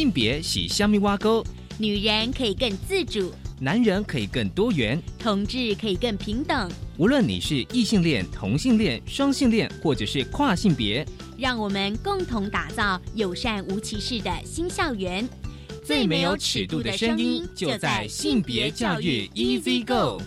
性别是虾米挖沟， 女人可以更自主， 男人可以更多元， 同志可以更平等。 无论你是异性恋、同性恋、双性恋，或者是跨性别， 让我们共同打造友善无歧视的新校园。 最没有尺度的声音，就在性别教育 Easy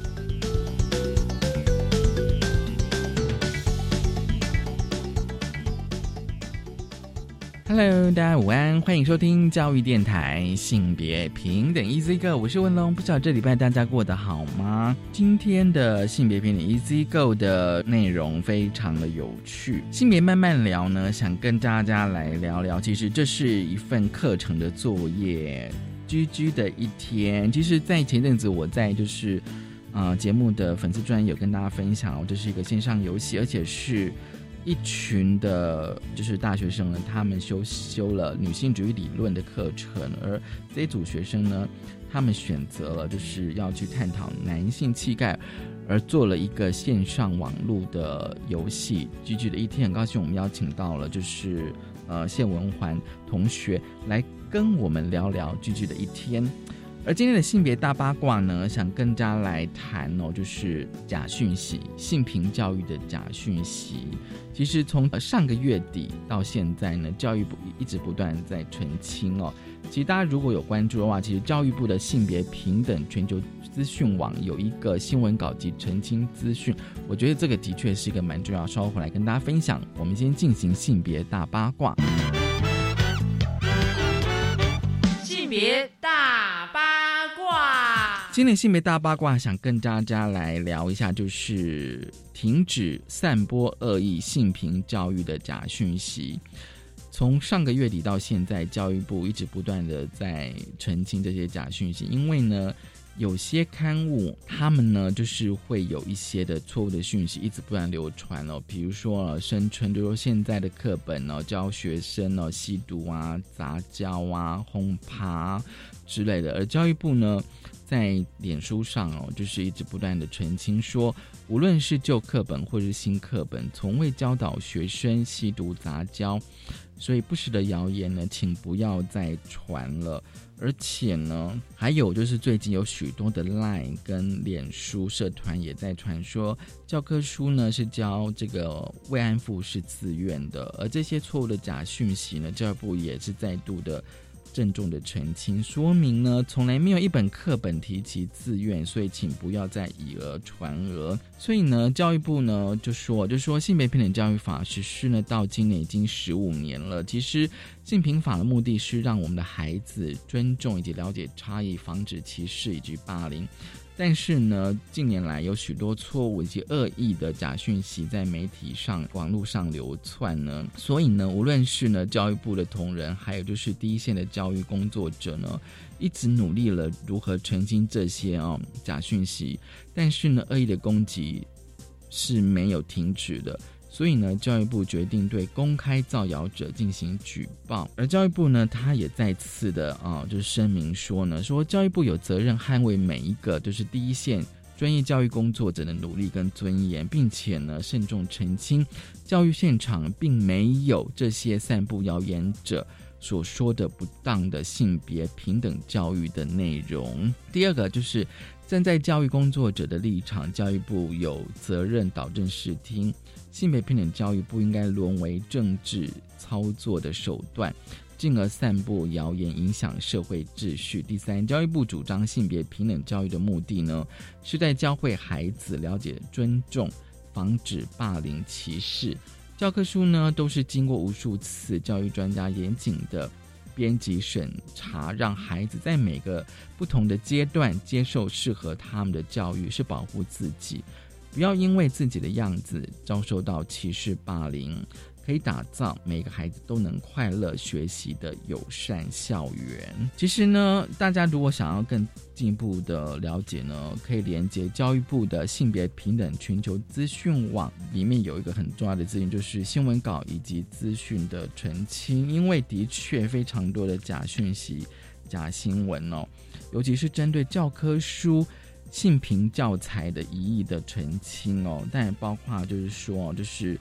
Go。Hello， 大家午安，欢迎收听教育电台性别平等 Easy Go， 我是文龙。不知道这礼拜大家过得好吗？今天的性别平等 Easy Go 的内容非常的有趣，性别慢慢聊呢，想跟大家来聊聊，其实这是一份课程的作业，居居的一天。其实在前阵子我在就是节目的粉丝专页有跟大家分享，这是一个线上游戏，而且是一群的就是大学生呢，他们修了女性主义理论的课程，而这一组学生呢，他们选择了就是要去探讨男性气概，而做了一个线上网络的游戏。居居的一天，很高兴我们邀请到了就是谢文环同学来跟我们聊聊居居的一天。而今天的性别大八卦呢，想跟大家来谈就是假讯息，性平教育的假讯息。其实从上个月底到现在呢，教育部一直不断在澄清哦。其实大家如果有关注的话，其实教育部的性别平等全球资讯网有一个新闻稿及澄清资讯，我觉得这个的确是一个蛮重要，稍后回来跟大家分享。我们先进行性别大八卦。 性别大八卦， 今天性别大八卦想跟大家来聊一下，就是停止散播恶意性平教育的假讯息。从上个月底到现在，教育部一直不断的在澄清这些假讯息，因为呢有些刊物他们呢就是会有一些的错误的讯息一直不断流传哦，比如说声称就是说现在的课本教学生吸毒啊、杂交啊、轰趴之类的，而教育部呢在脸书上就是一直不断的澄清说，无论是旧课本或是新课本，从未教导学生吸毒杂交，所以不实的谣言呢请不要再传了。而且呢还有就是最近有许多的 LINE 跟脸书社团也在传说教科书呢是教这个慰安妇是自愿的，而这些错误的假讯息呢，教育部也是再度的郑重的澄清，说明呢从来没有一本课本提及自愿，所以请不要再以讹传讹。所以呢教育部呢就说性别平等教育法实施呢到今年已经15年了，其实性平法的目的是让我们的孩子尊重以及了解差异，防止歧视以及霸凌。但是呢近年来有许多错误以及恶意的假讯息在媒体上网络上流窜呢，所以呢无论是呢教育部的同仁，还有就是第一线的教育工作者呢，一直努力了如何澄清这些假讯息，但是呢恶意的攻击是没有停止的。所以呢教育部决定对公开造谣者进行举报，而教育部呢他也再次的就是声明说教育部有责任捍卫每一个就是第一线专业教育工作者的努力跟尊严，并且呢慎重澄清教育现场并没有这些散布谣言者所说的不当的性别平等教育的内容。第二个就是站在教育工作者的立场，教育部有责任导正视听，性别平等教育不应该沦为政治操作的手段，进而散布谣言影响社会秩序。第三，教育部主张性别平等教育的目的呢，是在教会孩子了解尊重，防止霸凌歧视。教科书呢都是经过无数次教育专家严谨的编辑审查，让孩子在每个不同的阶段接受适合他们的教育，是保护自己，不要因为自己的样子遭受到歧视霸凌，可以打造每个孩子都能快乐学习的友善校园。其实呢大家如果想要更进一步的了解呢，可以连接教育部的性别平等全球资讯网，里面有一个很重要的资讯，就是新闻稿以及资讯的澄清。因为的确非常多的假讯息、假新闻尤其是针对教科书性平教材的疑义的澄清但也包括就是说就是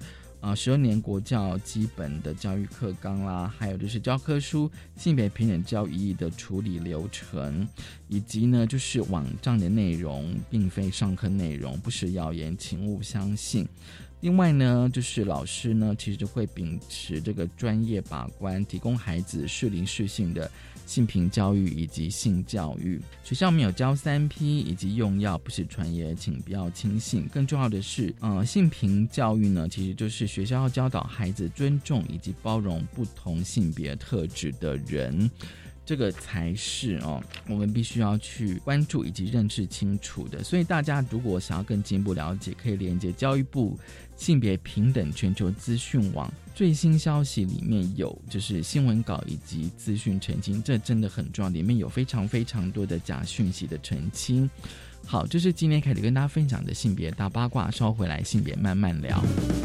12年国教基本的教育课纲啦，还有就是教科书性别平等教育意义的处理流程，以及呢就是网站的内容并非上课内容，不实谣言请勿相信。另外呢就是老师呢其实会秉持这个专业把关，提供孩子适龄适性的性平教育以及性教育。学校没有教3P 以及用药不实传言请不要轻信。更重要的是性平教育呢其实就是学校要教导孩子尊重以及包容不同性别特质的人，这个才是我们必须要去关注以及认识清楚的。所以大家如果想要更进一步了解，可以连接教育部性别平等全球资讯网最新消息，里面有就是新闻稿以及资讯澄清，这真的很重要，里面有非常非常多的假讯息的澄清。好，这是今天开始跟大家分享的性别大八卦，稍后回来性别慢慢聊。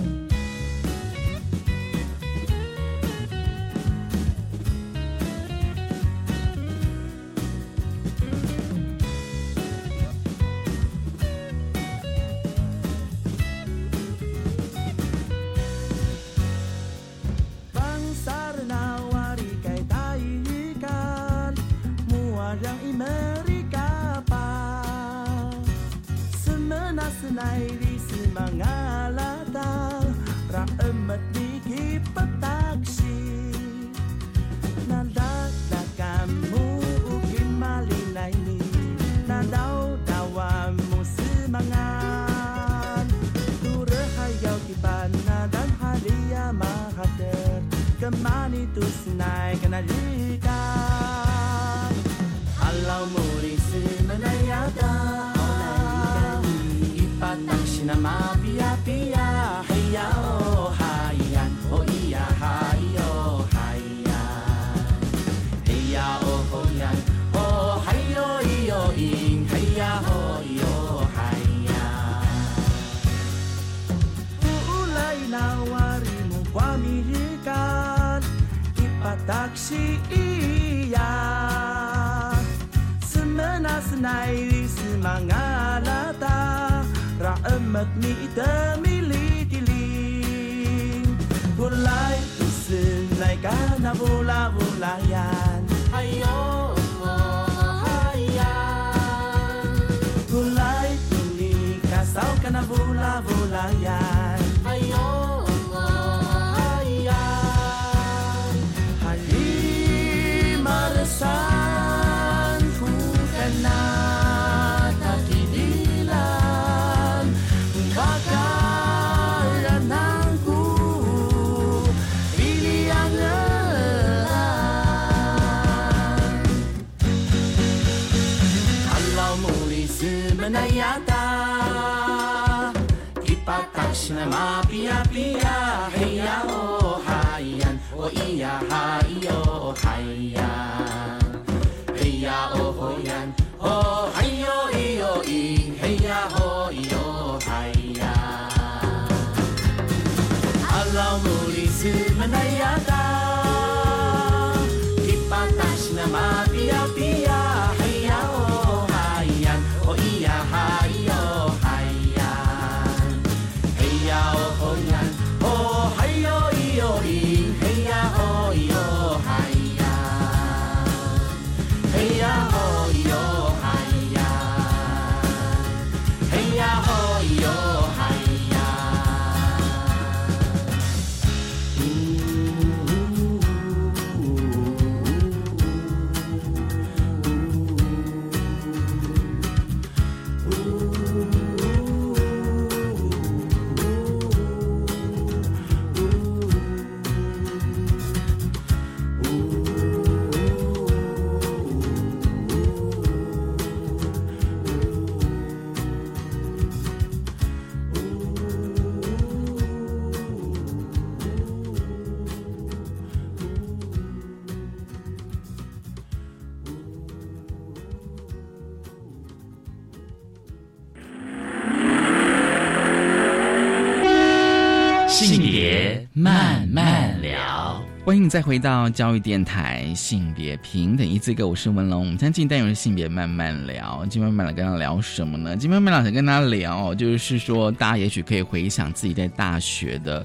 性别慢慢聊， 欢迎再回到教育电台性别平等一字歌，我是文龙。我们今天进单元是性别慢慢聊，今天慢慢来跟他聊什么呢？今天慢慢来想跟他聊，就是说大家也许可以回想自己在大学的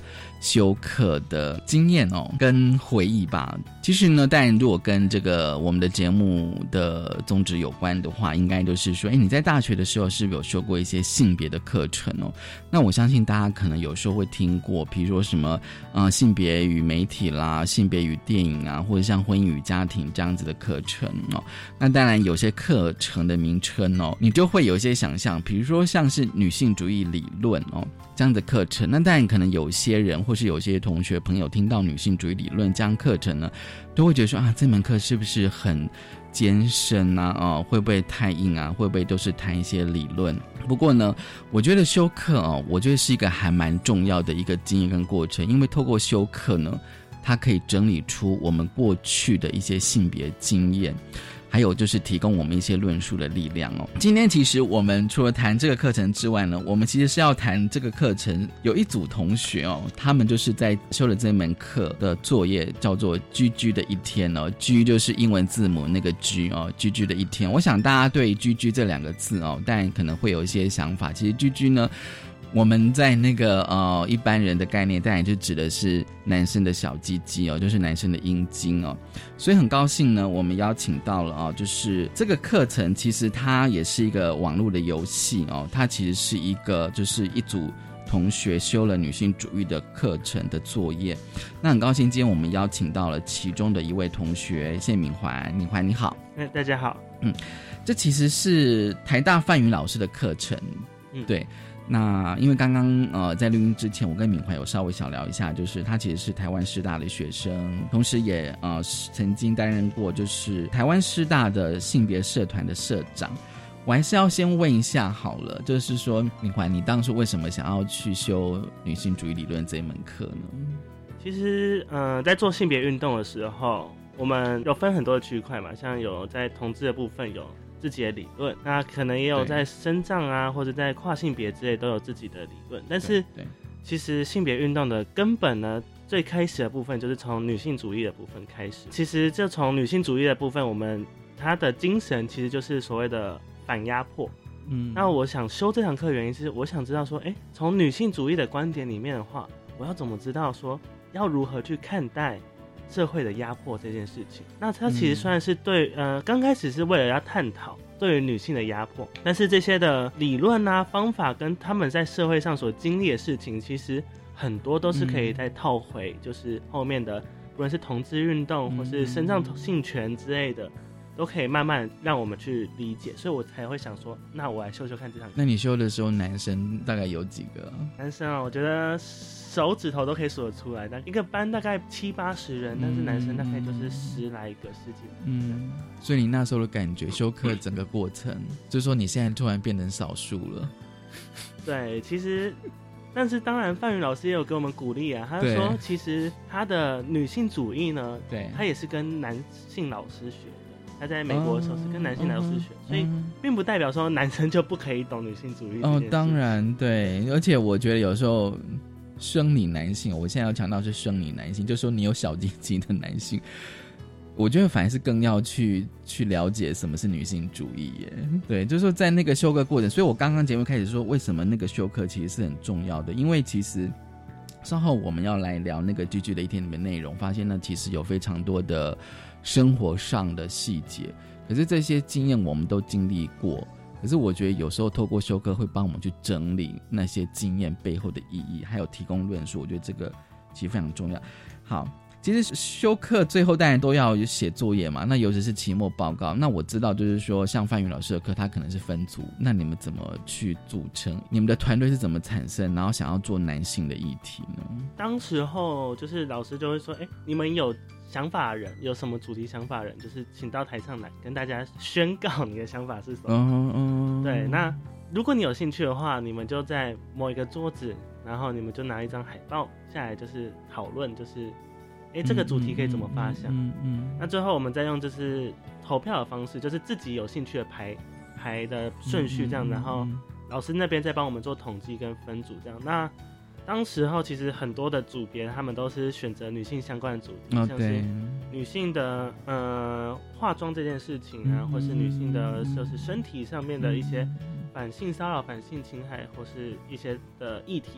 修课的经验跟回忆吧。其实呢，当然如果跟这个我们的节目的宗旨有关的话，应该就是说，你在大学的时候是不是有修过一些性别的课程那我相信大家可能有时候会听过，比如说什么性别与媒体啦，性别与电影啊，或者像婚姻与家庭这样子的课程那当然有些课程的名称你就会有一些想象，比如说像是女性主义理论这样的课程。那当然可能有些人或是有些同学朋友听到女性主义理论这样课程呢，都会觉得说这门课是不是很艰深啊？会不会太硬啊？会不会都是谈一些理论？不过呢，我觉得修课我觉得是一个还蛮重要的一个经验跟过程，因为透过修课呢，它可以整理出我们过去的一些性别经验，还有就是提供我们一些论述的力量今天其实我们除了谈这个课程之外呢，我们其实是要谈这个课程有一组同学他们就是在修了这门课的作业叫做 GG 的一天G 就是英文字母那个 G GG 的一天。我想大家对 GG 这两个字当然可能会有一些想法。其实 GG 呢，我们在那个一般人的概念当然就指的是男生的小鸡鸡就是男生的阴茎所以很高兴呢，我们邀请到了就是这个课程其实它也是一个网络的游戏它其实是一个就是一组同学修了女性主义的课程的作业。那很高兴今天我们邀请到了其中的一位同学谢敏环。敏环你好。 大家好。 这其实是台大范云老师的课程对。那因为刚刚在录音之前，我跟敏环有稍微小聊一下，就是他其实是台湾师大的学生，同时也曾经担任过就是台湾师大的性别社团的社长。我还是要先问一下好了，就是说敏环，你当初为什么想要去修女性主义理论这一门课呢？ 其实在做性别运动的时候，我们有分很多的区块嘛，像有在同志的部分有自己的理论，那可能也有在身障啊，或者在跨性别之类都有自己的理论。但是其实性别运动的根本呢，最开始的部分就是从女性主义的部分开始。其实就从女性主义的部分，它的精神其实就是所谓的反压迫。那我想修这堂课的原因是我想知道说，从女性主义的观点里面的话，我要怎么知道说要如何去看待社会的压迫这件事情。那它其实算是对刚开始是为了要探讨对于女性的压迫，但是这些的理论啊方法跟他们在社会上所经历的事情，其实很多都是可以再套回就是后面的不论是同志运动或是身障性权之类的，都可以慢慢让我们去理解。所以我才会想说，那我来修修看这堂课。 那你修的时候男生大概有几个？ 男生我觉得手指头都可以数得出来，但一个班大概70-80人，但是男生大概就是10来个、10几个。 所以你那时候的感觉，修课整个过程，就是说你现在突然变成少数了。 对，其实，但是当然，范云老师也有给我们鼓励啊。他说，其实他的女性主义呢，他也是跟男性老师学的。他在美国的时候是跟男性老师学，所以并不代表说男生就不可以懂女性主义这件事。 当然对，而且我觉得有时候生理男性，我现在要强调是生理男性，就是说你有小鸡鸡的男性，我觉得反而是更要去了解什么是女性主义耶。对，就是说在那个修课过程，所以我刚刚节目开始说为什么那个修课其实是很重要的，因为其实稍后我们要来聊那个 GG 的一天里面内容，发现呢其实有非常多的生活上的细节，可是这些经验我们都经历过，可是我觉得有时候透过修课会帮我们去整理那些经验背后的意义，还有提供论述，我觉得这个其实非常重要。好，其实修课最后当然都要写作业嘛，那尤其是期末报告。那我知道就是说像范云老师的课他可能是分组，那你们怎么去组成，你们的团队是怎么产生，然后想要做男性的议题呢？ 当时候就是老师就会说，你们有想法的人，有什么主题想法的人，就是请到台上来跟大家宣告你的想法是什么。对，那如果你有兴趣的话，你们就在某一个桌子，然后你们就拿一张海报下来，就是讨论，就是这个主题可以怎么发想。那最后我们再用就是投票的方式，就是自己有兴趣的排的顺序这样，然后老师那边再帮我们做统计跟分组这样。那当时候其实很多的组别他们都是选择女性相关的主题，像是女性的化妆这件事情啊，或是女性的就是身体上面的一些反性骚扰、反性侵害或是一些的议题，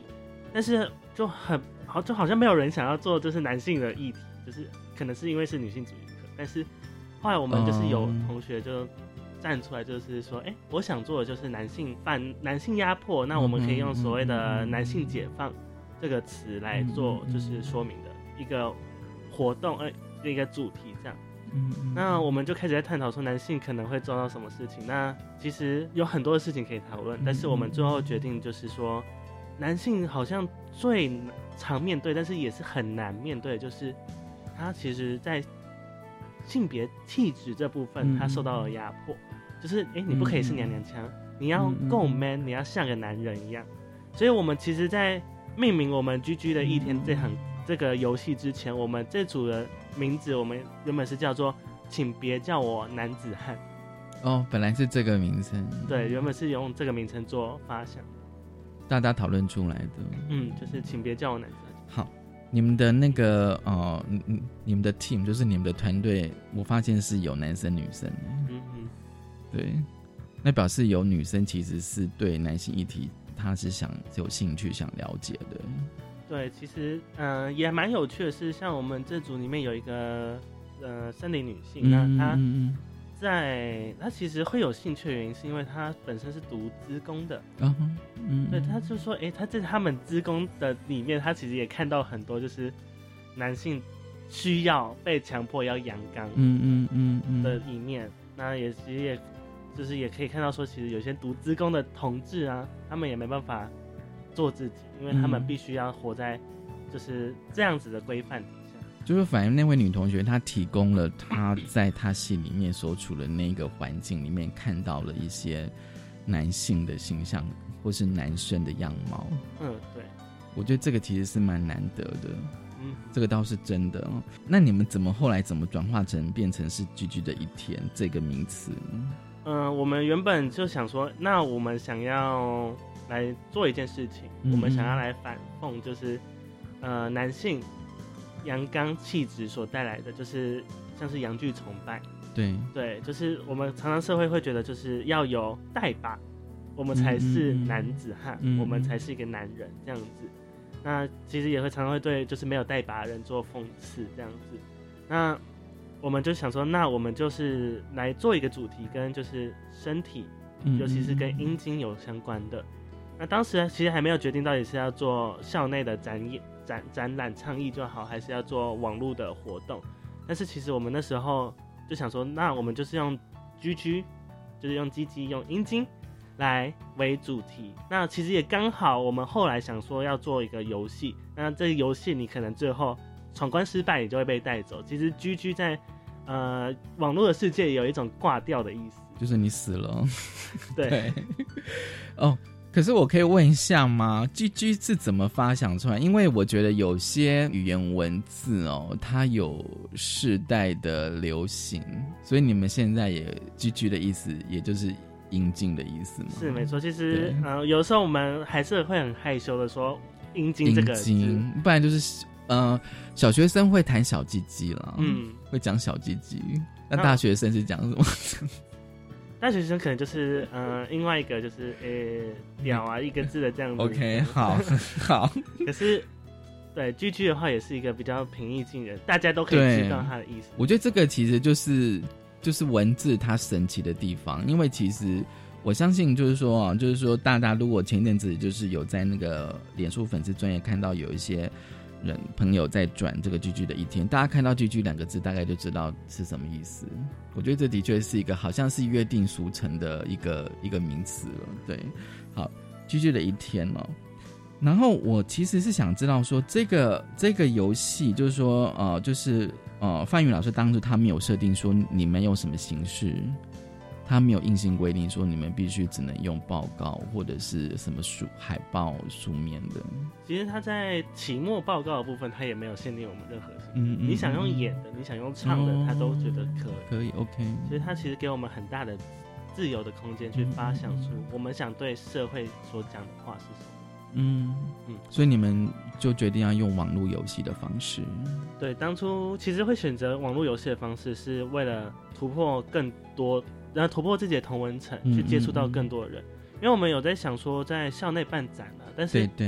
但是就好像没有人想要做就是男性的议题，就是可能是因为是女性主义课，但是后来我们就是有同学就站出来，就是说，我想做的就是男性压迫，那我们可以用所谓的男性解放这个词来做，就是说明的一个活动，一个主题这样。那我们就开始在探讨说男性可能会做到什么事情。那其实有很多的事情可以讨论，但是我们最后决定就是说，男性好像最常面对，但是也是很难面对，就是他其实在性别气质这部分他受到了压迫，就是你不可以是娘娘腔，你要够 man， 你要像个男人一样。所以我们其实在命名我们 GG 的一天这个游戏之前，我们这组的名字我们原本是叫做请别叫我男子汉。 本来是这个名称。 对，原本是用这个名称做发想， 大家讨论出来的。 就是请别叫我男子汉。 好，你们的那个你们的 team 就是你们的团队，我发现是有男生女生。对，那表示有女生其实是对男性议题他是有兴趣想了解的。 对，其实也蛮有趣的是，像我们这组里面有一个森林女性，那她其实会有兴趣的原因是因为她本身是读资工的。对，她就说她在他们资工的里面，她其实也看到很多就是男性需要被强迫要阳刚的一面。那其实就是也可以看到说，其实有些读资工的同志啊，他们也没办法做自己，因为他们必须要活在就是这样子的规范底下。 就是反正那位女同学她提供了她在她戏里面所处的那个环境里面看到了一些男性的形象或是男生的样貌。 对， 我觉得这个其实是蛮难得的。这个倒是真的。那你们后来怎么转化成变成是 GG 的一天这个名词呢？ 我们原本就想说，那我们想要来做一件事情，我们想要来反讽，就是男性阳刚气质所带来的，就是像是阳具崇拜。对，就是我们常常社会会觉得，就是要有带把，我们才是男子汉，我们才是一个男人这样子。那其实也会常常会对就是没有带把的人做讽刺这样子。那我们就想说，那我们就是来做一个主题，跟就是身体，尤其是跟阴茎有相关的。那当时其实还没有决定到底是要做校内的展览倡议就好，还是要做网络的活动。但是其实我们那时候就想说，那我们就是用 GG， 就是用鸡鸡用阴茎来为主题。那其实也刚好我们后来想说要做一个游戏，那这个游戏你可能最后闯关失败，你就会被带走。其实 GG 在网络的世界有一种挂掉的意思， 就是你死了。 对。 可是我可以问一下吗？ GG 是怎么发想出来？因为我觉得有些语言文字它有世代的流行，所以你们现在也 GG 的意思也就是阴茎的意思吗？是没错。 其实有时候我们还是会很害羞的说阴茎这个字， 不然就是小学生会谈小鸡鸡啦，会讲小鸡鸡。那大学生是讲什么？ 大学生可能就是另外一个就是屌啊一个字的这样子。 OK， 好。 可是对 GG 的话也是一个比较平易近人，大家都可以知道它的意思。 我觉得这个其实就是文字它神奇的地方，因为其实我相信就是说大家如果前一阵子就是有在那个脸书粉丝专页看到有一些人朋友在转这个 GG 的一天，大家看到 GG 2个字大概就知道是什么意思。我觉得这的确是一个好像是约定俗成的一个名词了。对，好 GG 的一天然后我其实是想知道说这个游戏就是说范宇老师当初他没有设定说你们用什么形式，他没有硬性规定说你们必须只能用报告或者是什么海报书面的。 其实他在期末报告的部分他也没有限定我们任何形式，你想用演的你想用唱的他都觉得可以 OK。 所以他其实给我们很大的自由的空间去发想出我们想对社会所讲的话是什么。 所以你们就决定要用网络游戏的方式。 对，当初其实会选择网络游戏的方式是为了突破更多，然后突破自己的同温层，去接触到更多的人。因为我们有在想说在校内办展但是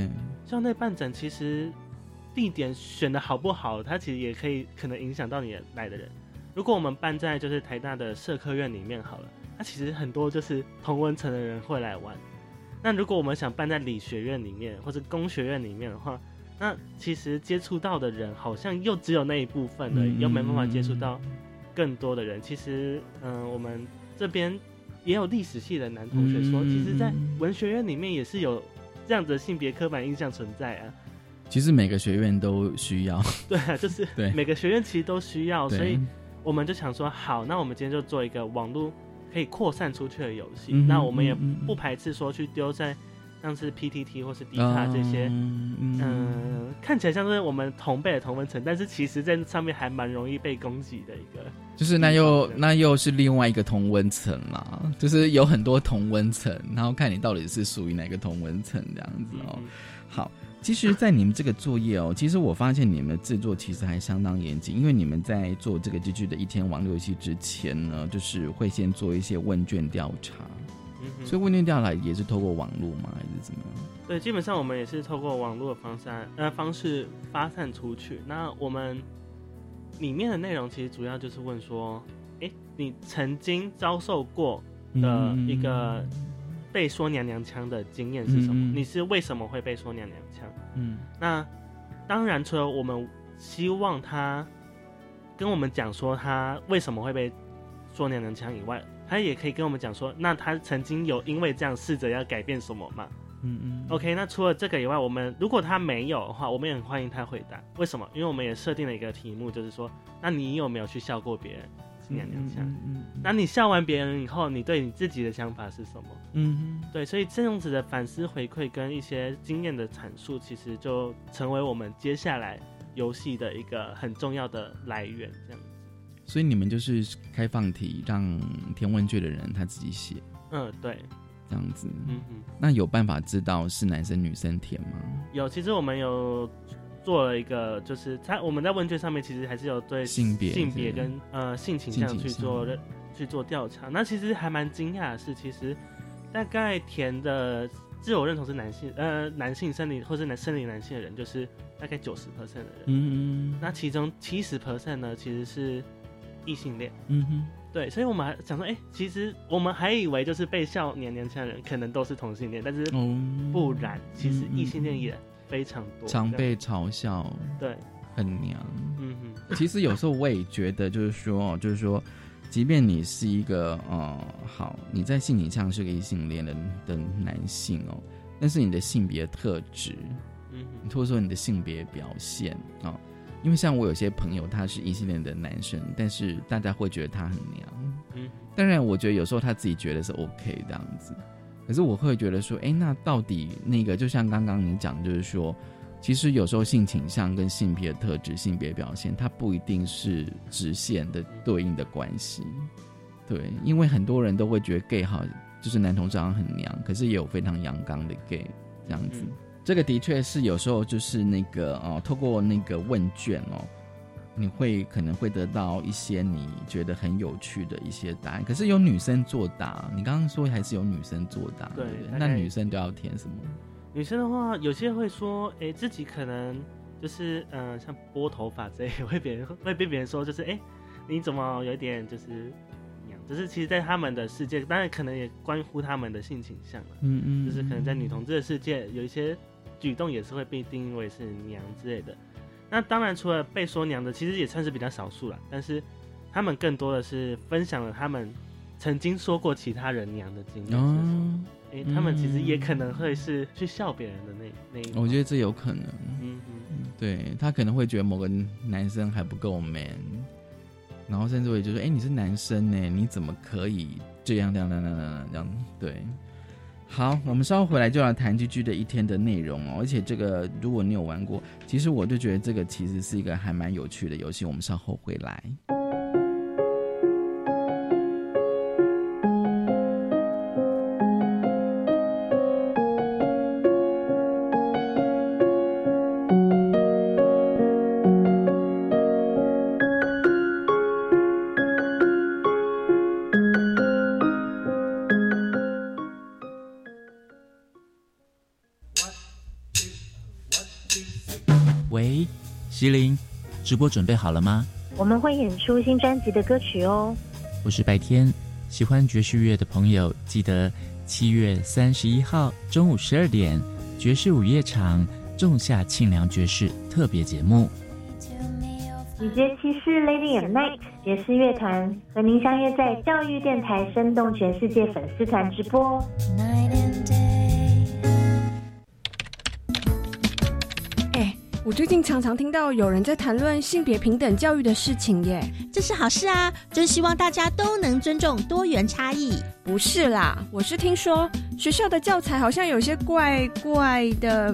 校内办展其实地点选的好不好，它其实也可能影响到你来的人。如果我们办在就是台大的社科院里面好了，它其实很多就是同温层的人会来玩。那如果我们想办在理学院里面或者工学院里面的话，那其实接触到的人好像又只有那一部分而已，又没办法接触到更多的人。其实我们这边也有历史系的男同学说，其实在文学院里面也是有这样的性别刻板印象存在啊。 其实每个学院都需要， 对啊，就是每个学院其实都需要，所以我们就想说，好，那我们今天就做一个网络可以扩散出去的游戏。那我们也不排斥说去丢在像是 PTT 或是 D 卡这些，看起来像是我们同辈的同温层，但是其实在上面还蛮容易被攻击的一个。就是那又是另外一个同温层啦，就是有很多同温层，然后看你到底是属于哪个同温层这样子哦。好。其实在你们这个作业哦，其实我发现你们的制作其实还相当严谨，因为你们在做这个GG的1天网络游戏之前呢，就是会先做一些问卷调查，所以问卷调查也是透过网络吗，还是怎么样？ 对，基本上我们也是透过网络的方式发散出去。那我们里面的内容其实主要就是问说，你曾经遭受过的一个被说娘娘腔的经验是什么？你是为什么会被说娘娘腔？那当然除了我们希望他跟我们讲说他为什么会被说娘娘腔以外，他也可以跟我们讲说，那他曾经有因为这样试着要改变什么嘛？OK， 那除了这个以外，我们如果他没有的话，我们也很欢迎他回答。为什么？因为我们也设定了一个题目，就是说，那你有没有去笑过别人？娘娘腔，那你笑完别人以后，你对你自己的想法是什么？对，所以这样子的反思回馈跟一些经验的阐述，其实就成为我们接下来游戏的一个很重要的来源，这样子。 所以你们就是开放题，让填问卷的人他自己写。 对， 这样子。那有办法知道是男生女生填吗？ 有，其实我们有做了一个，就是我们在问卷上面其实还是有对性别跟性倾向去做调查。那其实还蛮惊讶的是，其实大概填的自我认同是男性生理或是生理男性的人，就是大概90% 的人。那其中70% 呢，其实是异性恋。对，所以我们还想说，其实我们还以为就是被笑娘娘腔的人可能都是同性恋，但是不然，其实异性恋也非常多， 常被嘲笑， 对， 很娘。其实有时候我也觉得，就是说，即便你是一个好，你在性倾向是个异性恋的男性哦，但是你的性别特质，或者说你的性别表现哦，因为像我有些朋友他是异性恋的男生，但是大家会觉得他很娘。当然我觉得有时候他自己觉得是 OK 这样子。可是我会觉得说，那到底那个就像刚刚你讲，就是说，其实有时候性倾向跟性别特质、性别表现，它不一定是直线的对应的关系。对，因为很多人都会觉得 gay 好，就是男同志好像很娘，可是也有非常阳刚的 gay 这样子。这个的确是有时候就是那个透过那个问卷你可能会得到一些你觉得很有趣的一些答案，可是有女生作答，你刚刚说还是有女生作答，对，那女生都要填什么？ 女生的话，有些会说，自己可能就是像拨头发之类，会被别人说，就是你怎么有一点就是娘，就是其实，在他们的世界，当然可能也关乎他们的性倾向了，就是可能在女同志的世界，有一些举动也是会被定义为是娘之类的。那当然，除了被说娘的，其实也算是比较少数了。但是他们更多的是分享了他们曾经说过其他人娘的经验。他们其实也可能会是去笑别人的那一种。 我觉得这有可能。对，他可能会觉得某个男生还不够 man， 然后甚至会就说：“你是男生呢，你怎么可以这样？”对。好，我们稍后回来就要谈GG的1天的内容而且这个如果你有玩过，其实我就觉得这个其实是一个还蛮有趣的游戏，我们稍后回来。 喂，席琳，直播准备好了吗？ 我们会演出新专辑的歌曲哦。 我是白天，喜欢爵士乐的朋友记得7月31号中午12点爵士午夜场仲夏庆良爵士特别节目。 李杰骑士 Lady and Night 爵士乐团和您相约在教育电台生动全世界粉丝团直播。 我最近常常听到有人在谈论性别平等教育的事情耶。 这是好事啊，真希望大家都能尊重多元差异。 不是啦，我是听说学校的教材好像有些怪怪的，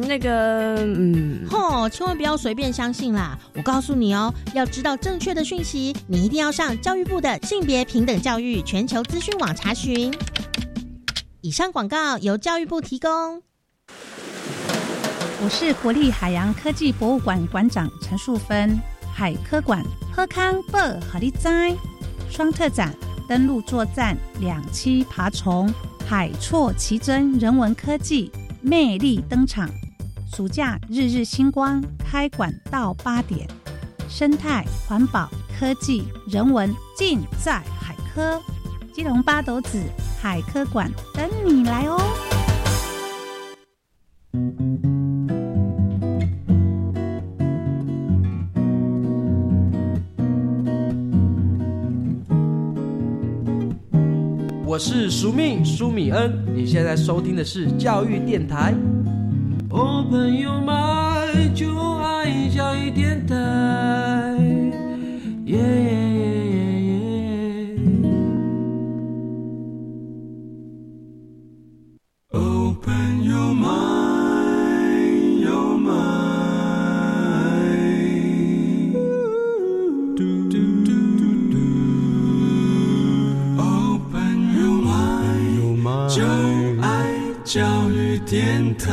千万不要随便相信啦。我告诉你哦，要知道正确的讯息，你一定要上教育部的性别平等教育全球资讯网查询。以上广告由教育部提供。 我是国立海洋科技博物馆馆长陈淑芬。海科馆好康报好你知，双特展登陆作战2栖爬虫，海错奇珍人文科技魅力登场。暑假日日星光，开馆到8点，生态环保科技人文尽在海科。基隆八斗子海科馆等你来哦。 我是苏密苏米恩，你现在收听的是教育电台。哦，朋友们，就爱教育电台，耶耶耶耶耶。哦，朋友们，有们，就爱教育电台。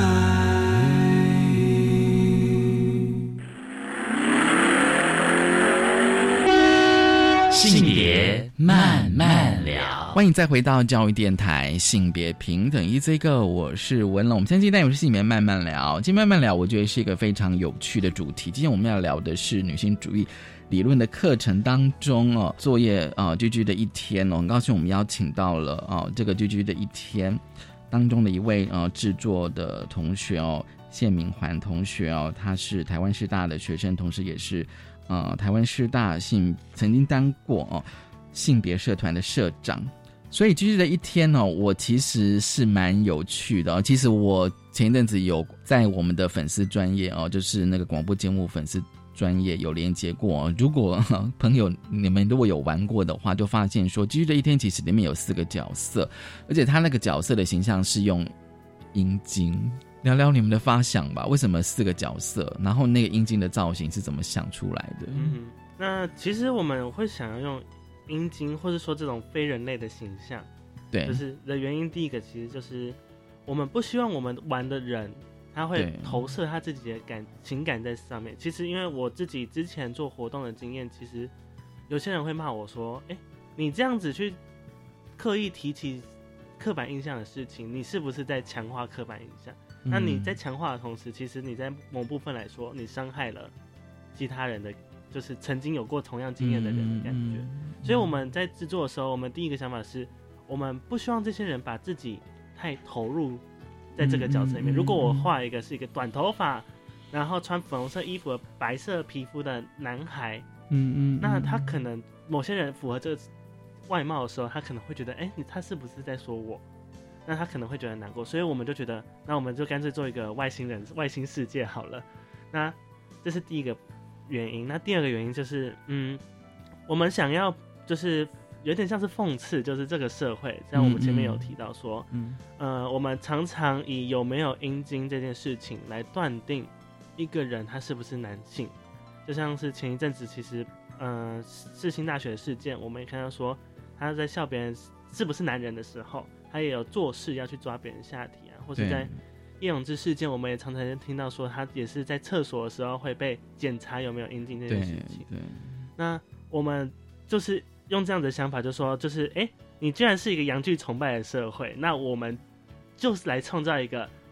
性别慢慢聊， 欢迎再回到教育电台性别平等这个，我是文龙。我们现在这一段也是性别慢慢聊，今天慢慢聊我觉得是一个非常有趣的主题。今天我们要聊的是女性主义理论的课程当中作业GG 的一天很高兴我们邀请到了这个GG 的一天当中的一位制作的同学谢敏环同学他是台湾师大的学生，同时也是台湾师大曾经当过性别社团的社长。所以GG的一天我其实是蛮有趣的其实我前一阵子有在我们的粉丝专页就是那个广播节目粉丝专业有连接过如果朋友你们如果有玩过的话，就发现说GG的一天其实里面有4个角色，而且他那个角色的形象是用阴茎。聊聊你们的发想吧，为什么4个角色，然后那个阴茎的造型是怎么想出来的？ 那其实我们会想要用阴茎或者说这种非人类的形象， 对， 就是的原因第一个其实就是我们不希望我们玩的人他会投射他自己的情感在上面。其实因为我自己之前做活动的经验，其实有些人会骂我说你这样子去刻意提起刻板印象的事情，你是不是在强化刻板印象？那你在强化的同时，其实你在某部分来说，你伤害了其他人的，就是曾经有过同样经验的人的感觉。所以我们在制作的时候，我们第一个想法是，我们不希望这些人把自己太投入在这个角色里面。如果我画一个是一个短头发，然后穿粉红色衣服、白色皮肤的男孩，那他可能某些人符合这个外貌的时候，他可能会觉得，他是不是在说我？那他可能会觉得难过，所以我们就觉得，那我们就干脆做一个外星世界好了。那这是第一个原因。那第二个原因就是，我们想要就是有点像是讽刺，就是这个社会，像我们前面有提到说，我们常常以有没有阴茎这件事情来断定一个人他是不是男性。就像是前一阵子其实，世新大学的事件，我们也看到说，他在笑别人是不是男人的时候，他也有做事要去抓别人下体或是在叶永志事件，我们也常常听到说，他也是在厕所的时候会被检查有没有阴茎这件事情。那我们就是用这样的想法，就说，就是你居然是一个阳具崇拜的社会，那我们就是来创造一个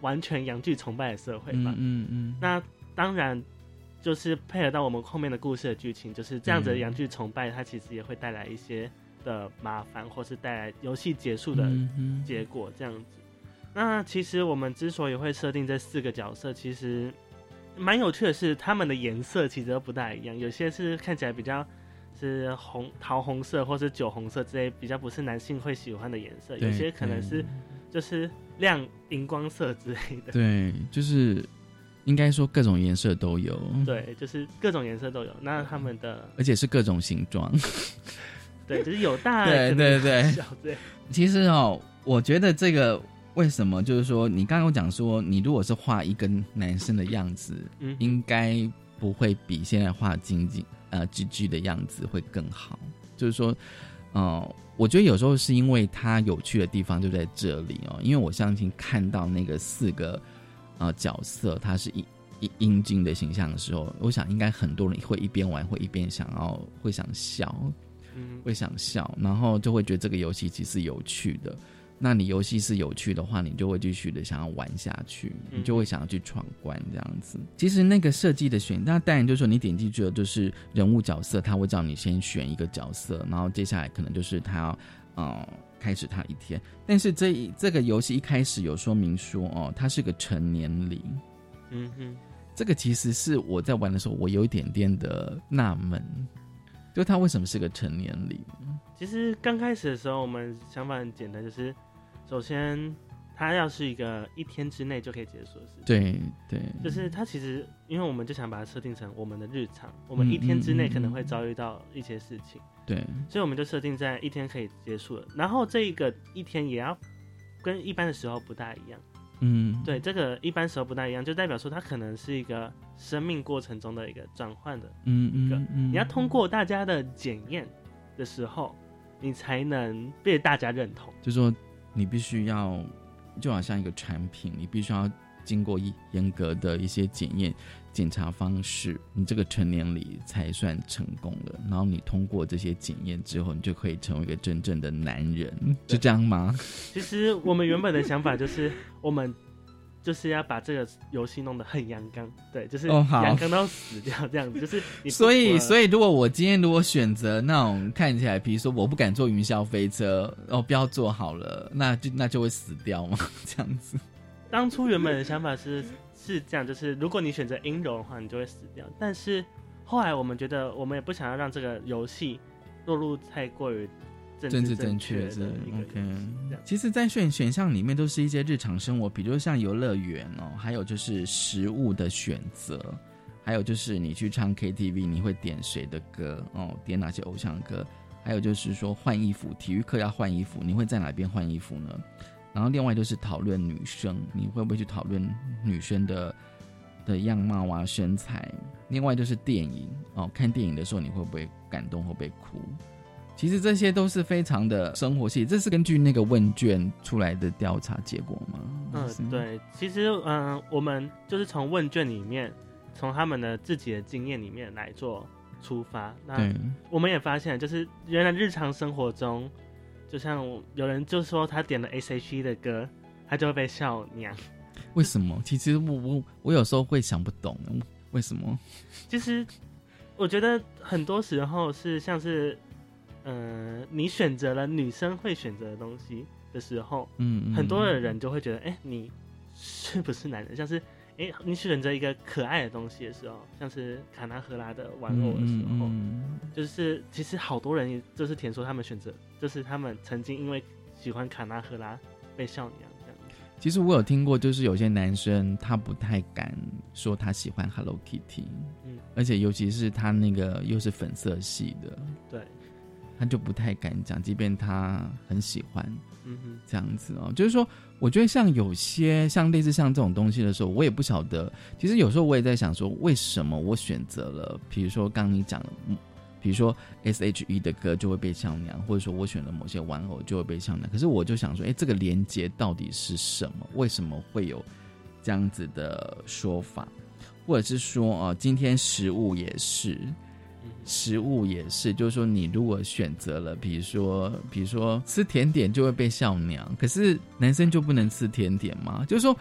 完全阳具崇拜的社会吧。那当然就是配合到我们后面的故事的剧情，就是这样子的阳具崇拜，它其实也会带来一些的麻烦，或是带来游戏结束的结果这样子。那其实我们之所以会设定这4个角色，其实蛮有趣的是，他们的颜色其实都不大一样，有些是看起来比较是桃红色或是酒红色之类，比较不是男性会喜欢的颜色，有些可能是就是亮荧光色之类的。 对，就是应该说各种颜色都有。 对，就是各种颜色都有。那他们的， 而且是各种形状。 对，就是有大对小对。 其实我觉得这个为什么就是说，你刚刚有讲说，你如果是画一个男生的样子，应该不会比现在画GG的样子会更好。就是说，我觉得有时候是因为它有趣的地方就在这里因为我相信看到那个4个角色，他是阴茎的形象的时候，我想应该很多人会一边玩会一边会想笑，会想笑，然后就会觉得这个游戏其实有趣的。那你游戏是有趣的话，你就会继续的想要玩下去，你就会想要去闯关这样子。其实那个设计的那当然就是说你点进去的就是人物角色，他会叫你先选一个角色，然后接下来可能就是他要开始他一天。但是这个游戏一开始有说明说它是个成年礼。这个其实是我在玩的时候我有一点点的纳闷，就它为什么是个成年礼？ 其实刚开始的时候我们想法很简单，就是首先它要是一个1天之内就可以结束的事情。 对对， 就是它其实因为我们就想把它设定成我们的日常，我们1天之内可能会遭遇到一些事情。 对， 所以我们就设定在1天可以结束了，然后这一个1天也要跟一般的时候不大一样。对，这个一般时候不大一样，就代表说它可能是一个生命过程中的一个转换的你要通过大家的检验的时候，你才能被大家认同。 就是说你必须要就好像一个产品，你必须要经过严格的一些检查方式，你这个成年礼才算成功了。然后你通过这些检验之后，你就可以成为一个真正的男人，是这样吗？ 其实我们原本的想法就是我们就是要把这个游戏弄得很阳刚，对，就是阳刚到死掉这样子。就是你所以如果我今天选择那种看起来，比如说我不敢坐云霄飞车，不要坐好了，那就会死掉吗？这样子。 当初原本的想法是这样，就是如果你选择阴柔的话，你就会死掉。但是后来我们觉得，我们也不想要让这个游戏落入太过于政治正确的一个 OK。其实，在选项里面都是一些日常生活，比如像游乐园还有就是食物的选择，还有就是你去唱 KTV， 你会点谁的歌点哪些偶像歌，还有就是说换衣服，体育课要换衣服，你会在哪边换衣服呢？然后另外就是讨论女生，你会不会去讨论女生的样貌啊、身材？另外就是电影看电影的时候你会不会感动，会不会哭？其实这些都是非常的生活系，这是根据那个问卷出来的调查结果吗？ 对，其实我们就是从问卷里面，从他们的自己的经验里面来做出发。那我们也发现，就是原来日常生活中，就像有人就说他点了 S.H.E 的歌，他就会被笑娘。 为什么？其实我有时候会想不懂为什么。 其实我觉得很多时候是像是你选择了女生会选择的东西的时候，很多的人就会觉得你是不是男人？像是你选择一个可爱的东西的时候，像是卡纳赫拉的玩偶的时候，就是其实好多人就是填说他们选择，就是他们曾经因为喜欢卡纳赫拉被笑娘这样。 其实我有听过，就是有些男生他不太敢说他喜欢 Hello Kitty，而且尤其是他那个又是粉色系的， 对， 他就不太敢讲，即便他很喜欢，这样子就是说，我觉得像有些像类似像这种东西的时候，我也不晓得。其实有时候我也在想说，为什么我选择了，比如说刚你讲的，比如说 S.H.E 的歌就会被笑娘，或者说我选了某些玩偶就会被笑娘。可是我就想说，这个连结到底是什么？为什么会有这样子的说法？或者是说，今天食物也是。就是说你如果选择了比如说吃甜点就会被笑娘，可是男生就不能吃甜点吗？就是说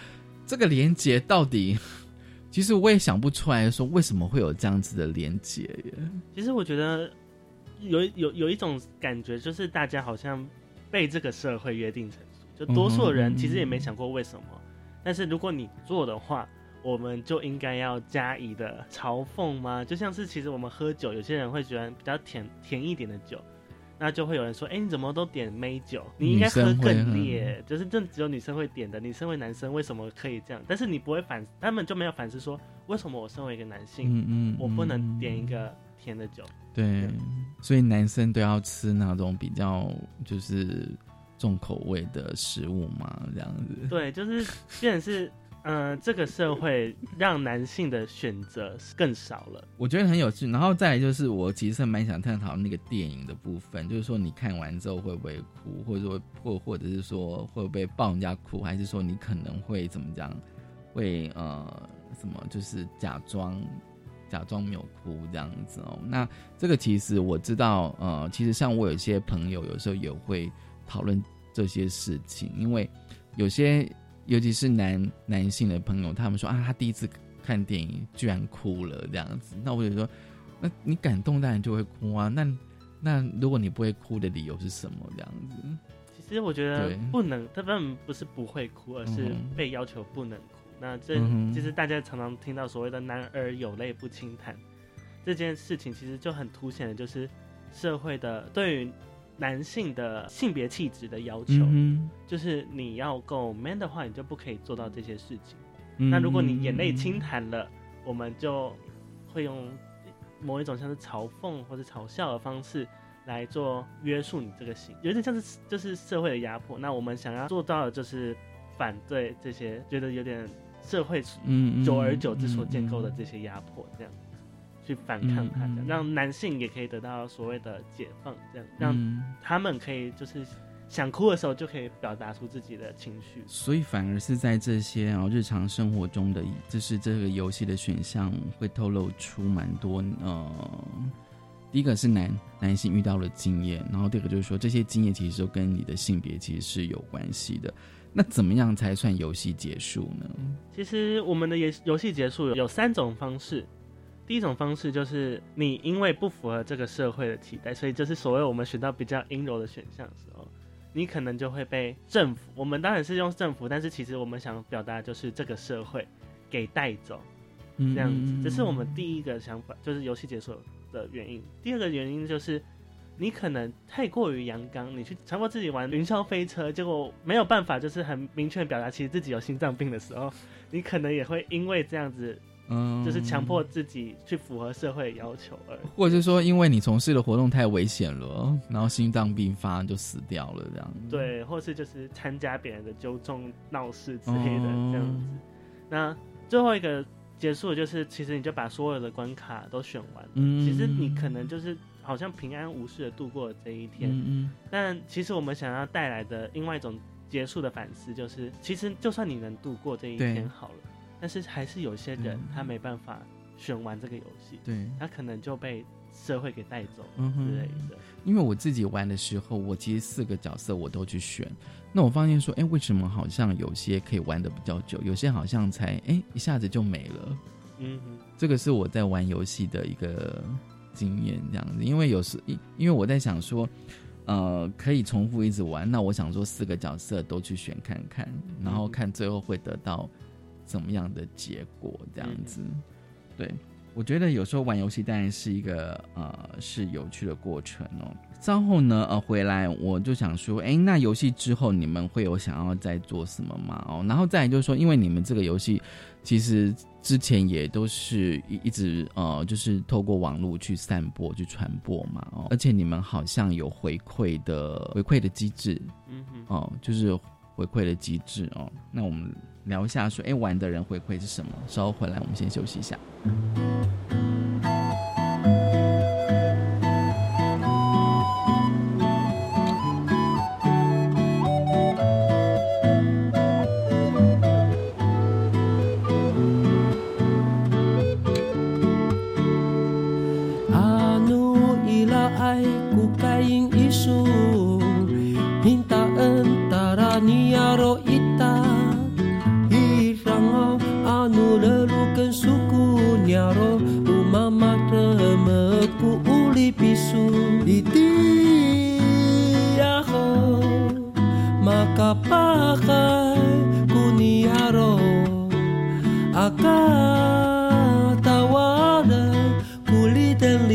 这个连结到底，其实我也想不出来说为什么会有这样子的连结耶。 其实我觉得有一种感觉，就是大家好像被这个社会约定成熟，就多数人其实也没想过为什么，但是如果你做的话，我们就应该要加以的嘲讽吗？就像是其实我们喝酒，有些人会喜欢比较甜一点的酒，那就会有人说，你怎么都点梅酒？你应该喝更烈，就是这只有女生会点的。你身为男生为什么可以这样？但是你不会他们就没有反思说，为什么我身为一个男性，我不能点一个甜的酒？ 对，所以男生都要吃那种比较就是重口味的食物嘛，这样子。 对，就是变成是。这个社会让男性的选择更少了， 我觉得很有趣。然后再来就是，我其实蛮想探讨那个电影的部分，就是说你看完之后会不会哭，或者是说会不会抱人家哭，还是说你可能会怎么讲，会什么就是假装没有哭这样子哦。那这个其实我知道，其实像我有些朋友有时候也会讨论这些事情，因为有些。尤其是男性的朋友，他们说他第一次看电影居然哭了这样子，那我就说，那你感动当然就会哭啊。那如果你不会哭的理由是什么这样子？ 其实我觉得不能，他们不是不会哭，而是被要求不能哭。那这其实大家常常听到所谓的男儿有泪不轻弹这件事情，其实就很凸显的就是社会的对于男性的性别气质的要求，就是你要够 man 的话，你就不可以做到这些事情。那如果你眼泪轻弹了，我们就会用某一种像是嘲讽或者嘲笑的方式来做约束你这个行，有点像是就是社会的压迫。那我们想要做到的就是反对这些觉得有点社会久而久之所建构的这些压迫，这样去反抗它，让男性也可以得到所谓的解放，这样让他们可以就是想哭的时候就可以表达出自己的情绪。 所以反而是在这些日常生活中的，就是这个游戏的选项会透露出蛮多第一个是男性遇到了经验，然后第二个就是说这些经验其实都跟你的性别其实是有关系的。那怎么样才算游戏结束呢？ 其实我们的游戏结束有3种方式。第一种方式就是你因为不符合这个社会的期待，所以就是所谓我们选到比较阴柔的选项的时候，你可能就会被政府，我们当然是用政府，但是其实我们想表达就是这个社会给带走这样子，这是我们第一个想法，就是游戏结束的原因。第二个原因就是你可能太过于阳刚，你去强迫自己玩云霄飞车，结果没有办法就是很明确表达其实自己有心脏病的时候，你可能也会因为这样子就是强迫自己去符合社会的要求， 或者是说因为你从事的活动太危险了，然后心脏病发就死掉了这样。 对，或是就是参加别人的纠众闹事之类的这样子。那最后一个结束就是其实你就把所有的关卡都选完，其实你可能就是好像平安无事的度过了这一天，但其实我们想要带来的另外一种结束的反思就是其实就算你能度过这一天好了，但是还是有些人他没办法选完这个游戏，对，他可能就被社会给带走之类的。 因为我自己玩的时候，我其实4个角色我都去选，那我发现说为什么好像有些可以玩的比较久，有些好像才一下子就没了。这个是我在玩游戏的一个经验这样子。因为因为我在想说可以重复一直玩，那我想说4个角色都去选看看，然后看最后会得到怎么样的结果这样子。对，我觉得有时候玩游戏当然是一个是有趣的过程哦。稍后呢回来我就想说那游戏之后你们会有想要再做什么吗？然后再来就是说，因为你们这个游戏其实之前也都是一直就是透过网络去散播去传播嘛而且你们好像有回馈的机制就是回馈的机制那我们聊一下说玩的人回馈是什么。稍后回来我们先休息一下。 Minta antara niaro ita hirang nyaro umama temeku uli pisu itiaho maka pakai kuniaro akatawada kulitan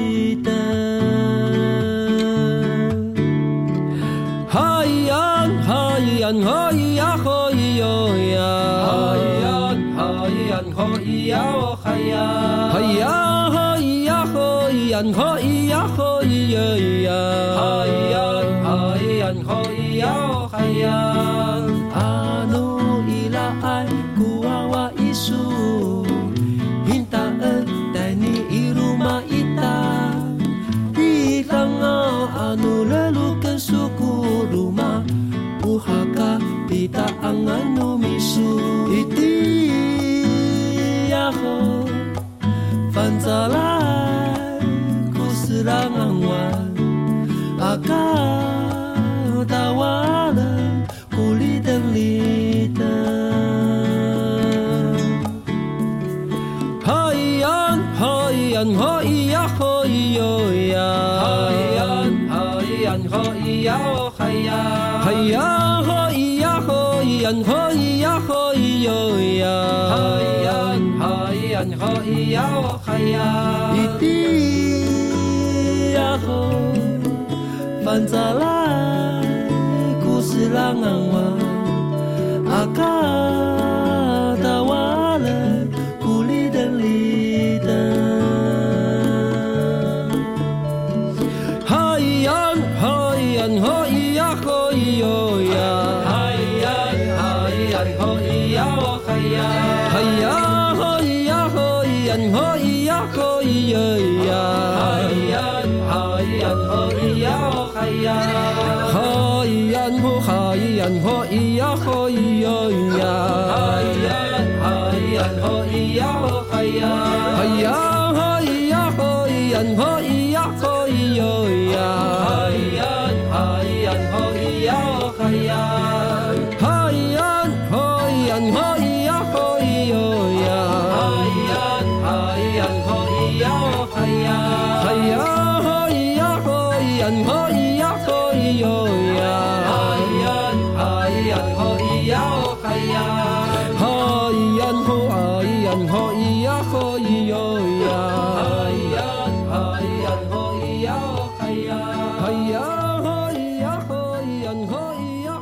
hayan hayan hoya hoya hayan hayan hoya hoya hayan hoya hoyan hoya hoya hayan hayan hoya hoya anu ilaai kuawa isu hintaan tani iruma ita hilanga anu lelukan suku rumah uhaka ita ang anu misu iti yaho fanzalai kuserangangwan akatawala kulitang lita hayan hayan hoya hoya hayan hayan hoya hoya hayan hoya hoyan hoya hoya hayan hayan hoya hoya iti yaho panzalai kusilangangwa akatawala kulidan lidan hayan hayan hoya hoya hayan hayan hoya hoya hayan hoya hoyan hoya hoya hayan hayan hoya hoya hayan ho hayan hoya hoya hayan hayan hoya hoya hayan hoya hoyan hoya hoya hayan hayan hoya hoya hayan hoyan hoya hoya hayan hayan hoya hoya hayan hoya hoyan hoya hoya hayan hayan hoya hoya hayan ho hayan hoya hoya hayan hayan hoya hoya hayan hoya hoyan hoya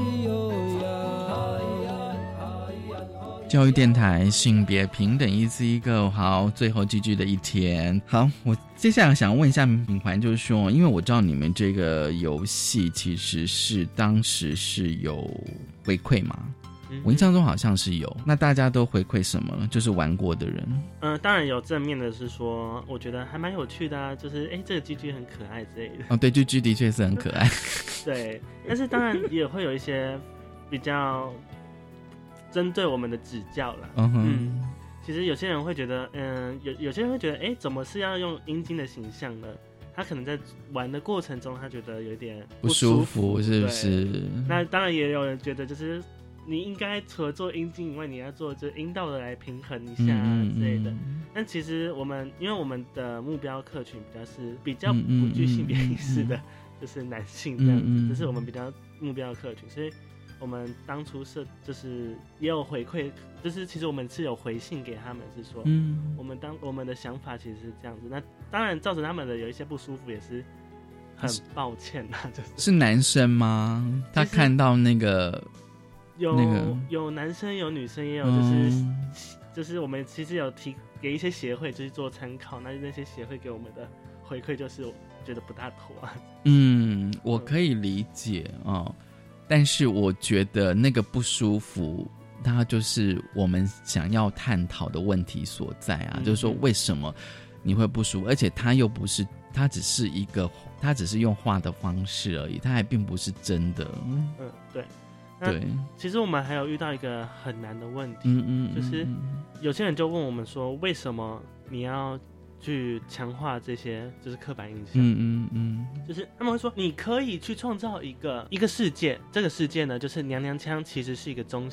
hoya 教育电台性别平等一字一个。好，最后寄居的一天。好，我接下来想问一下敏环，就是说，因为我知道你们这个游戏其实是当时是有回馈嘛，我印象中好像是有。那大家都回馈什么？就是玩过的人。 当然有正面的是说，我觉得还蛮有趣的啊，就是这个居居很可爱之类的。 哦，对，居居的确是很可爱。 对，但是当然也会有一些比较针对我们的指教啦。其实有些人会觉得，有些人会觉得，怎么是要用阴茎的形象呢？他可能在玩的过程中，他觉得有点不舒服， 是不是？ 那当然也有人觉得，就是你应该除了做阴茎以外，你要做就是阴道的来平衡一下之类的。但其实因为我们的目标客群比较不具性别意识的，就是男性这样子，这是我们比较目标的客群，所以我们当初就是也有回馈，就是其实我们是有回信给他们，是说，我们的想法其实是这样子。那当然造成他们的有一些不舒服，也是很抱歉啦。 是男生吗？他看到那个有男生有女生也有，就是我们其实有提给一些协会就是做参考，那些协会给我们的回馈就是我觉得不大妥啊。 我可以理解哦。但是我觉得那个不舒服，它就是我们想要探讨的问题所在啊，就是说为什么你会不舒服，而且它又不是，它只是用画的方式而已，它还并不是真的。 对。 对， 其实我们还有遇到一个很难的问题，就是有些人就问我们说，为什么你要去强化这些就是刻板印象？就是他们会说，你可以去创造一个世界，这个世界呢，就是娘娘腔其实是一个中性的，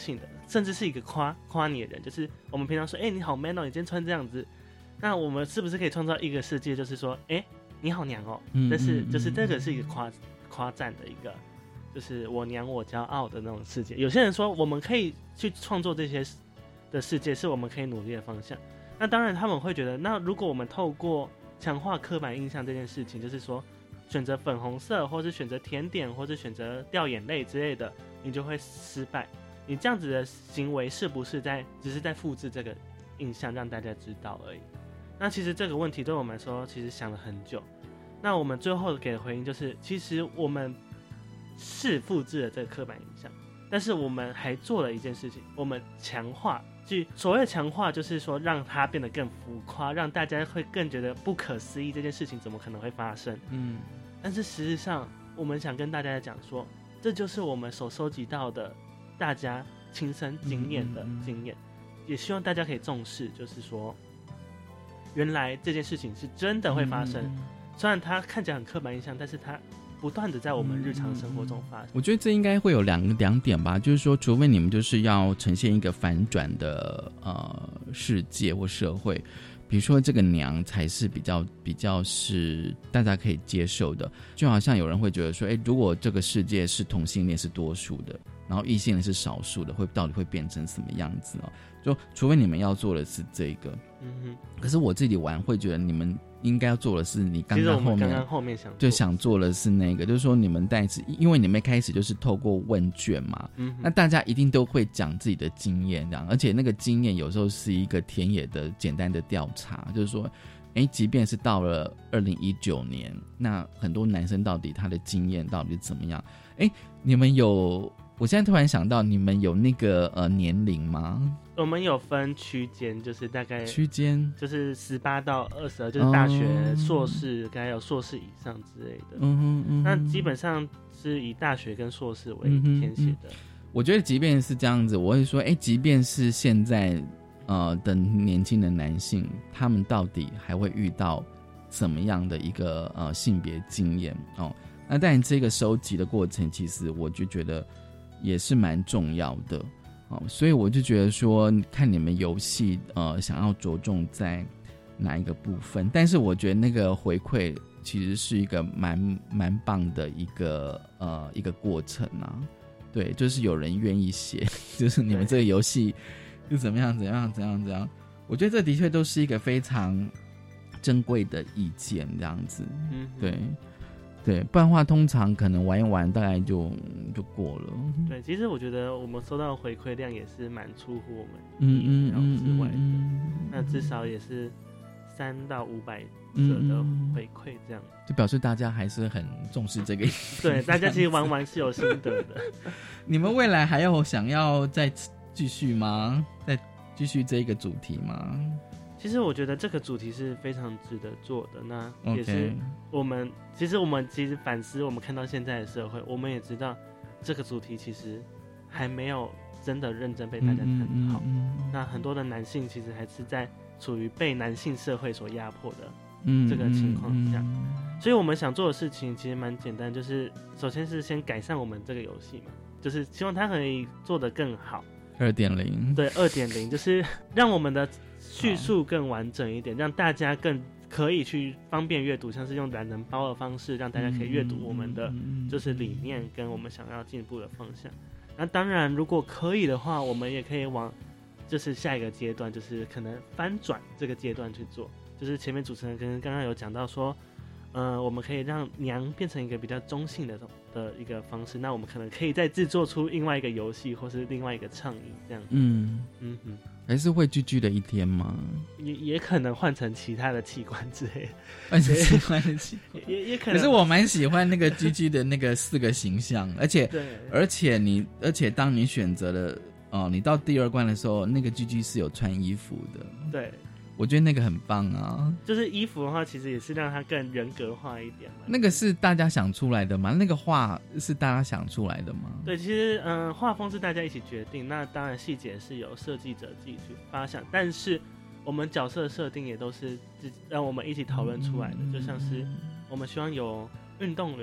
甚至是一个夸你的人，就是我们平常说，你好 man 哦，你今天穿这样子，那我们是不是可以创造一个世界，就是说，你好娘哦，但是就是这个是一个夸赞的一个，就是我娘我骄傲的那种世界。有些人说，我们可以去创作这些的世界，是我们可以努力的方向。那当然他们会觉得，那如果我们透过强化刻板印象这件事情，就是说选择粉红色，或是选择甜点，或是选择掉眼泪之类的，你就会失败。你这样子的行为是不是只是在复制这个印象，让大家知道而已？那其实这个问题对我们来说，其实想了很久。那我们最后给的回应就是，其实我们是复制了这个刻板印象，但是我们还做了一件事情，我们强化。所谓的强化，就是说让它变得更浮夸，让大家会更觉得不可思议，这件事情怎么可能会发生？但是实际上，我们想跟大家讲说，这就是我们所收集到的大家亲身经验的经验，也希望大家可以重视，就是说，原来这件事情是真的会发生，虽然它看起来很刻板印象，但是它不断的在我们日常生活中发生。 我觉得这应该会有两点吧，就是说，除非你们就是要呈现一个反转的世界或社会，比如说这个娘才是比较是大家可以接受的，就好像有人会觉得说，如果这个世界是同性恋是多数的，然后异性恋是少数的，到底会变成什么样子哦？就除非你们要做的是这个，可是我自己玩会觉得你们应该要做的是你刚刚后面想做的是那个，就是说你们因为你们一开始就是透过问卷嘛，那大家一定都会讲自己的经验这样，而且那个经验有时候是一个田野的简单的调查，就是说即便是到了2019年，那很多男生到底他的经验到底是怎么样？你们我现在突然想到，你们有那个年龄吗？ 我们有分区间，就是大概区间就是 18到22，就是大学、硕士，该有硕士以上之类的。那基本上是以大学跟硕士为填写的。 我觉得即便是这样子，我会说，即便是现在的年轻的男性，他们到底还会遇到怎么样的一个性别经验哦？那当然，这个收集的过程，其实我就觉得也是蛮重要的。所以我就觉得说，看你们游戏想要着重在哪一个部分，但是我觉得那个回馈其实是一个蛮棒的一个过程啊。对，就是有人愿意写，就是你们这个游戏是怎么样，我觉得这的确都是一个非常珍贵的意见，这样子。对，不然的话通常可能玩一玩大概就过了。 对，其实我觉得我们收到的回馈量也是蛮出乎我们意料之外的，那至少也是300到500则的回馈，这样就表示大家还是很重视这个。 对，大家其实玩是有心得的。 你们未来还有想要再继续吗？再继续这个主题吗？ 其实我觉得这个主题是非常值得做的，那也是我们其实反思，我们看到现在的社会，我们也知道这个主题其实还没有真的认真被大家探讨。那很多的男性其实还是在处于被男性社会所压迫的这个情况下，所以我们想做的事情其实蛮简单，就是首先是先改善我们这个游戏嘛，就是希望它可以做得更好。 2.0， 对，2.0就是让我们的叙述更完整一点，让大家更可以去方便阅读，像是用懒人包的方式，让大家可以阅读我们的就是理念跟我们想要进步的方向。那当然，如果可以的话，我们也可以往就是下一个阶段，就是可能翻转这个阶段去做。就是前面主持人刚刚有讲到说，我们可以让娘变成一个比较中性的一个方式，那我们可能可以再制作出另外一个游戏或是另外一个倡议这样。 还是会GG的一天吗？ 也可能换成其他的器官之类的， 换成器官的器官也可能。 可是我蛮喜欢那个GG的那个4个形象，而且当你选择了你到第2关的时候，那个GG是有穿衣服的。 对。 我觉得那个很棒啊， 就是衣服的话其实也是让它更人格化一点嘛。 那个是大家想出来的吗？那个画是大家想出来的吗？ 对，其实画风是大家一起决定，那当然细节是由设计者自己去发想，但是我们角色设定也都是让我们一起讨论出来的，就像是我们希望有运动员，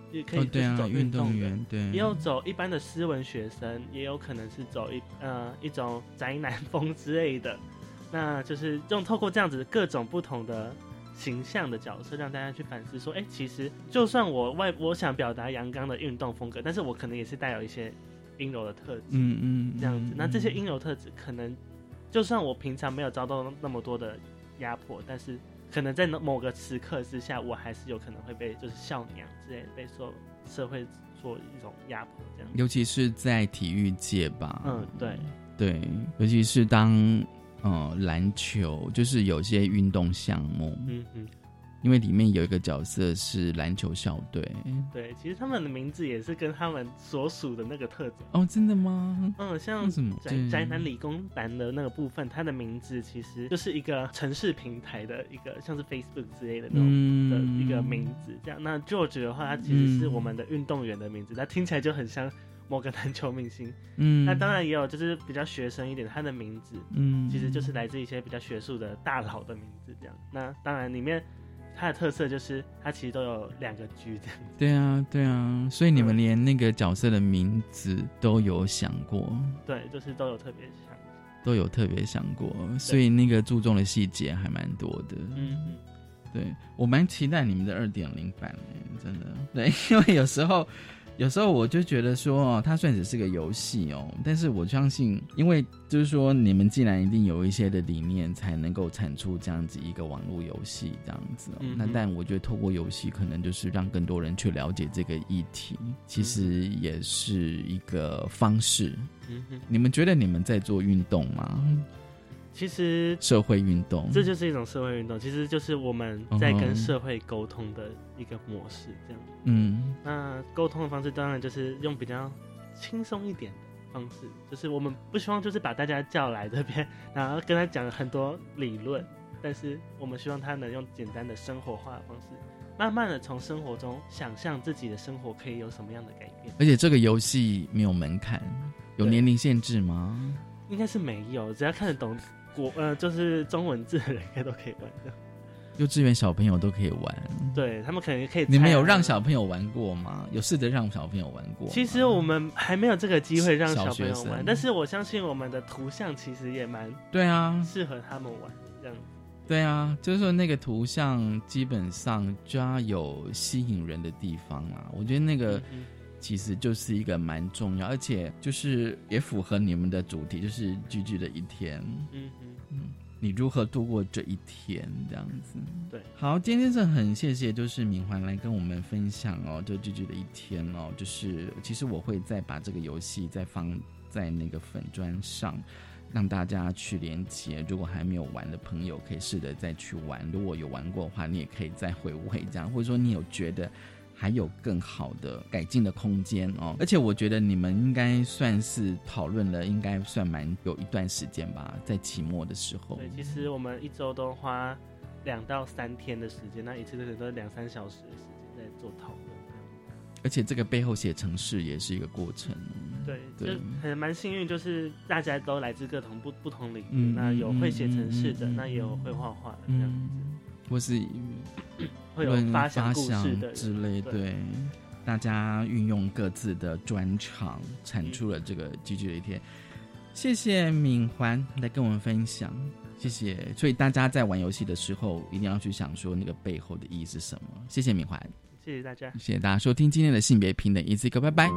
也可以就是走运动员， 对， 也有走一般的斯文学生，也有可能是走一种宅男风之类的。那就是透过这样子各种不同的形象的角色，让大家去反思说，其实就算我想表达阳刚的运动风格，但是我可能也是带有一些阴柔的特质，这样子。那这些阴柔特质可能，就算我平常没有遭到那么多的压迫，但是可能在某个时刻之下，我还是有可能会被就是笑娘之类的被受社会做一种压迫，这样。 尤其是在体育界吧，对，尤其是当篮球，就是有些运动项目，因为里面有一个角色是篮球校队， 对，其实他们的名字也是跟他们所属的那个特质。 哦，真的吗？ 像宅男理工男的那个部分，他的名字其实就是一个城市平台的一个像是 Facebook 之类的那种的一个名字，这样。那 George 的话，他其实是我们的运动员的名字，他听起来就很像某个篮球明星。那当然也有就是比较学生一点，他的名字其实就是来自一些比较学术的大佬的名字，这样。那当然里面它的特色就是它其实都有2个 G 这样子。 对啊，所以你们连那个角色的名字都有想过？ 对，就是都有特别想过， 所以那个注重的细节还蛮多的。对，我蛮期待你们的 2.0 版真的。对，因为有时候我就觉得说，它虽然只是个游戏但是我相信，因为就是说你们既然一定有一些的理念，才能够产出这样子一个网络游戏这样子那但我觉得透过游戏，可能就是让更多人去了解这个议题，其实也是一个方式。你们觉得你们在做运动吗？ 其实社会运动， 这就是一种社会运动，其实就是我们在跟社会沟通的一个模式，这样。那沟通的方式当然就是用比较轻松一点的方式，就是我们不希望就是把大家叫来这边，然后跟他讲很多理论，但是我们希望他能用简单的生活化的方式，慢慢的从生活中想象自己的生活可以有什么样的改变。 而且这个游戏没有门槛，有年龄限制吗？ 应该是没有，只要看得懂就是中文字的人应该都可以玩的。 幼稚园小朋友都可以玩， 对，他们可能可以。 你们有让小朋友玩过吗？有试着让小朋友玩过吗？ 其实我们还没有这个机会让小朋友玩，但是我相信我们的图像其实也蛮适合他们玩这样子。 对啊，就是说那个图像基本上就要有吸引人的地方啦。我觉得那个其实就是一个蛮重要，而且就是也符合你们的主题，就是居居的一天。你如何度过这一天这样子？ 对， 好，今天是很谢谢就是敏环来跟我们分享就居居的一天就是其实我会再把这个游戏再放在那个粉专上，让大家去连接，如果还没有玩的朋友可以试着再去玩，如果有玩过的话你也可以再回味这样，或者说你有觉得还有更好的改进的空间而且我觉得你们应该算是讨论了，应该算蛮有一段时间吧，在期末的时候。 对，其实我们1周都花2到3天的时间，那一次可能都是2-3小时的时间在做讨论。 而且这个背后写程式也是一个过程。 对，就很蛮幸运，就是大家都来自各种不同领域，那有会写程式的，那也有会画画的这样子。或是会有发想故事的之类，对，大家运用各自的专长，产出了这个居居的一天。谢谢敏环来跟我们分享，谢谢。所以大家在玩游戏的时候，一定要去想说那个背后的意义是什么。谢谢敏环， 谢谢大家， 谢谢大家收听今天的性别平等1次课，拜拜。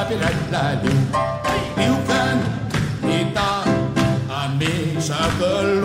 Liu kan kita ambil segala